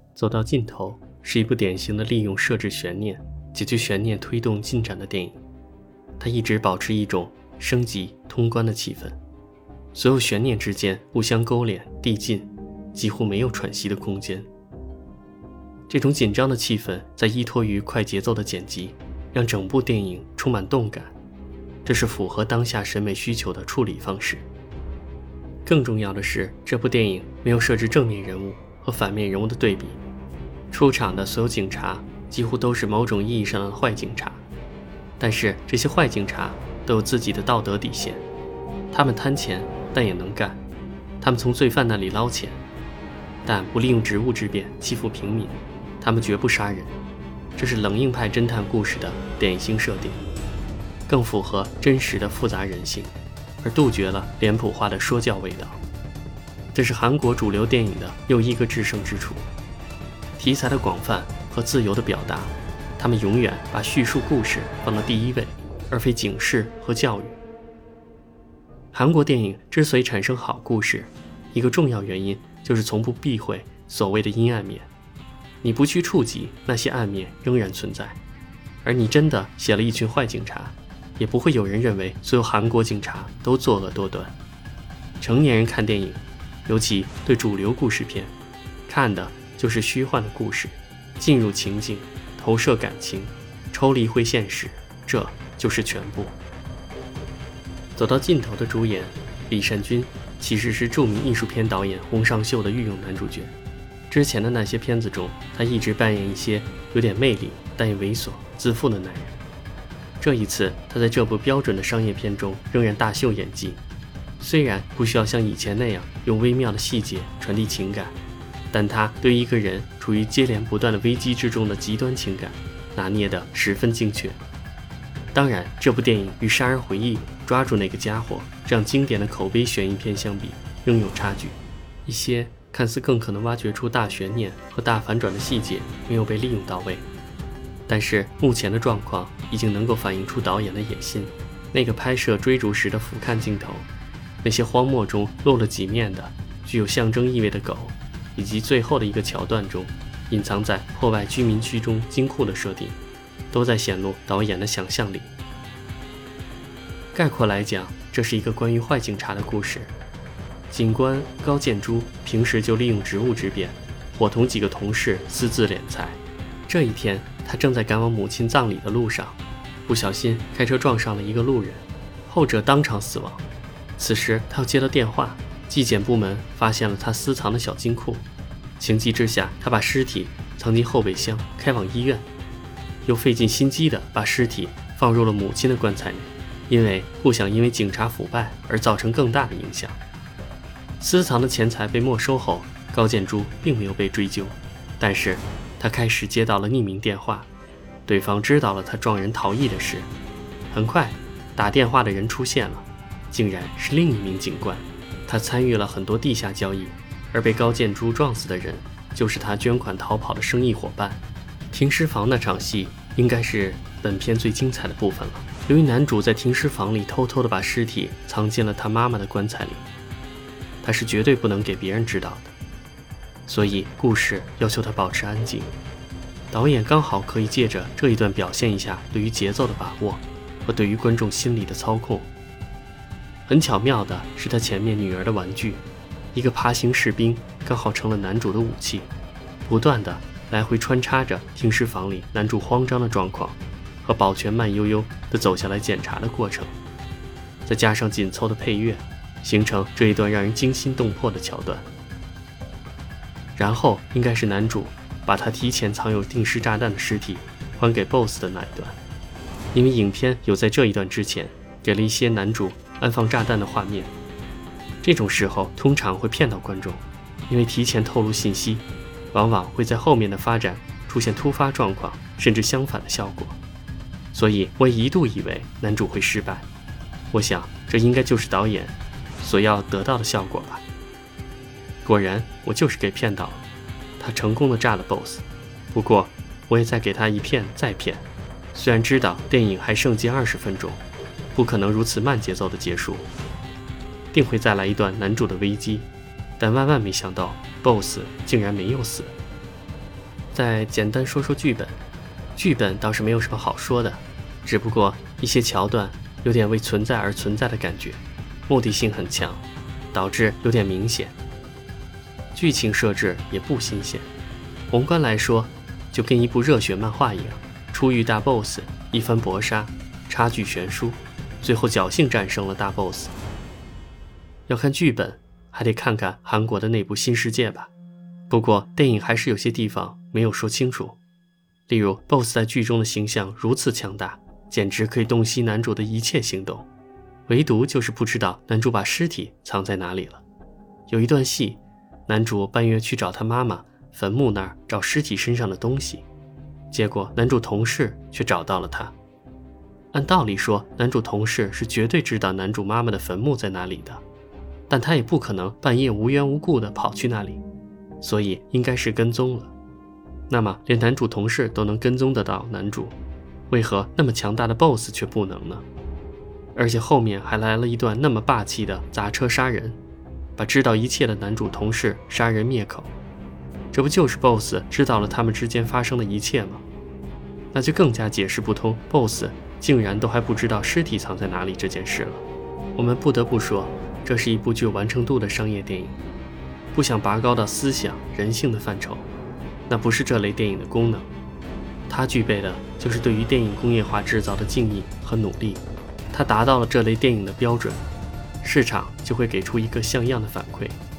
走到尽头是一部典型的利用设置悬念、解决悬念推动进展的电影。它一直保持一种升级通关的气氛，所有悬念之间互相勾连递进，几乎没有喘息的空间。这种紧张的气氛在依托于快节奏的剪辑，让整部电影充满动感，这是符合当下审美需求的处理方式。更重要的是，这部电影没有设置正面人物和反面人物的对比，出场的所有警察几乎都是某种意义上的坏警察，但是这些坏警察都有自己的道德底线，他们贪钱但也能干，他们从罪犯那里捞钱，但不利用职务之便欺负平民，他们绝不杀人。这是冷硬派侦探故事的典型设定，更符合真实的复杂人性，而杜绝了脸谱化的说教味道。这是韩国主流电影的又一个制胜之处，题材的广泛和自由的表达，他们永远把叙述故事放到第一位，而非警示和教育。韩国电影之所以产生好故事，一个重要原因就是从不避讳所谓的阴暗面，你不去触及那些暗面仍然存在，而你真的写了一群坏警察，也不会有人认为所有韩国警察都作恶多端。成年人看电影，尤其对主流故事片，看的就是虚幻的故事，进入情境，投射感情，抽离回现实，这就是全部。走到尽头的主演李善均其实是著名艺术片导演洪尚秀的御用男主角。之前的那些片子中，他一直扮演一些有点魅力但也猥琐自负的男人。这一次他在这部标准的商业片中仍然大秀演技，虽然不需要像以前那样用微妙的细节传递情感，但他对一个人处于接连不断的危机之中的极端情感拿捏得十分精确。当然，这部电影与《杀人回忆》抓住那个家伙这样经典的口碑悬疑片相比仍有差距，一些看似更可能挖掘出大悬念和大反转的细节没有被利用到位。但是目前的状况已经能够反映出导演的野心，那个拍摄追逐时的俯瞰镜头，那些荒漠中露了几面的具有象征意味的狗，以及最后的一个桥段中隐藏在破败居民区中金库的设定，都在显露导演的想象力。概括来讲，这是一个关于坏警察的故事。警官高建洙平时就利用职务之便，伙同几个同事私自敛财。这一天，他正在赶往母亲葬礼的路上，不小心开车撞上了一个路人，后者当场死亡。此时他又接到电话，纪检部门发现了他私藏的小金库，情急之下，他把尸体藏进后备箱，开往医院，又费尽心机地把尸体放入了母亲的棺材内，因为不想因为警察腐败而造成更大的影响。私藏的钱财被没收后，高建洙并没有被追究，但是他开始接到了匿名电话，对方知道了他撞人逃逸的事。很快，打电话的人出现了，竟然是另一名警官。他参与了很多地下交易，而被高建洙撞死的人就是他捐款逃跑的生意伙伴。停尸房那场戏应该是本片最精彩的部分了。由于男主在停尸房里偷偷地把尸体藏进了他妈妈的棺材里，他是绝对不能给别人知道的，所以故事要求他保持安静。导演刚好可以借着这一段表现一下对于节奏的把握和对于观众心理的操控。很巧妙的是，他前面女儿的玩具，一个爬行士兵，刚好成了男主的武器，不断的来回穿插着停尸房里男主慌张的状况和保全慢悠悠地走下来检查的过程，再加上紧凑的配乐，形成这一段让人惊心动魄的桥段。然后应该是男主把他提前藏有定时炸弹的尸体还给 BOSS 的那一段，因为影片有在这一段之前给了一些男主安放炸弹的画面。这种时候通常会骗到观众，因为提前透露信息往往会在后面的发展出现突发状况甚至相反的效果，所以我一度以为男主会失败。我想这应该就是导演所要得到的效果吧。果然我就是给骗到了，他成功的炸了 BOSS。 不过我也再给他一骗再骗，虽然知道电影还剩近20分钟，不可能如此慢节奏的结束，定会再来一段男主的危机，但万万没想到 BOSS 竟然没有死。 再简单说说剧本。剧本倒是没有什么好说的，只不过一些桥段有点为存在而存在的感觉，目的性很强，导致有点明显。剧情设置也不新鲜，宏观来说就跟一部热血漫画一样，初遇大 boss， 一番搏杀，差距悬殊，最后侥幸战胜了大 boss。 要看剧本，还得看看韩国的那部《新世界》吧。不过电影还是有些地方没有说清楚，例如 boss 在剧中的形象如此强大，简直可以洞悉男主的一切行动，唯独就是不知道男主把尸体藏在哪里了。有一段戏，男主半夜去找他妈妈坟墓那儿找尸体身上的东西，结果男主同事却找到了他。按道理说，男主同事是绝对知道男主妈妈的坟墓在哪里的，但他也不可能半夜无缘无故地跑去那里，所以应该是跟踪了。那么连男主同事都能跟踪得到男主，为何那么强大的 BOSS 却不能呢？而且后面还来了一段那么霸气的砸车杀人，把知道一切的男主同事杀人灭口，这不就是 BOSS 知道了他们之间发生的一切吗？那就更加解释不通 BOSS 竟然都还不知道尸体藏在哪里这件事了。我们不得不说，这是一部具有完成度的商业电影，不想拔高到思想人性的范畴，那不是这类电影的功能。它具备的就是对于电影工业化制造的敬意和努力，它达到了这类电影的标准，市场就会给出一个像样的反馈。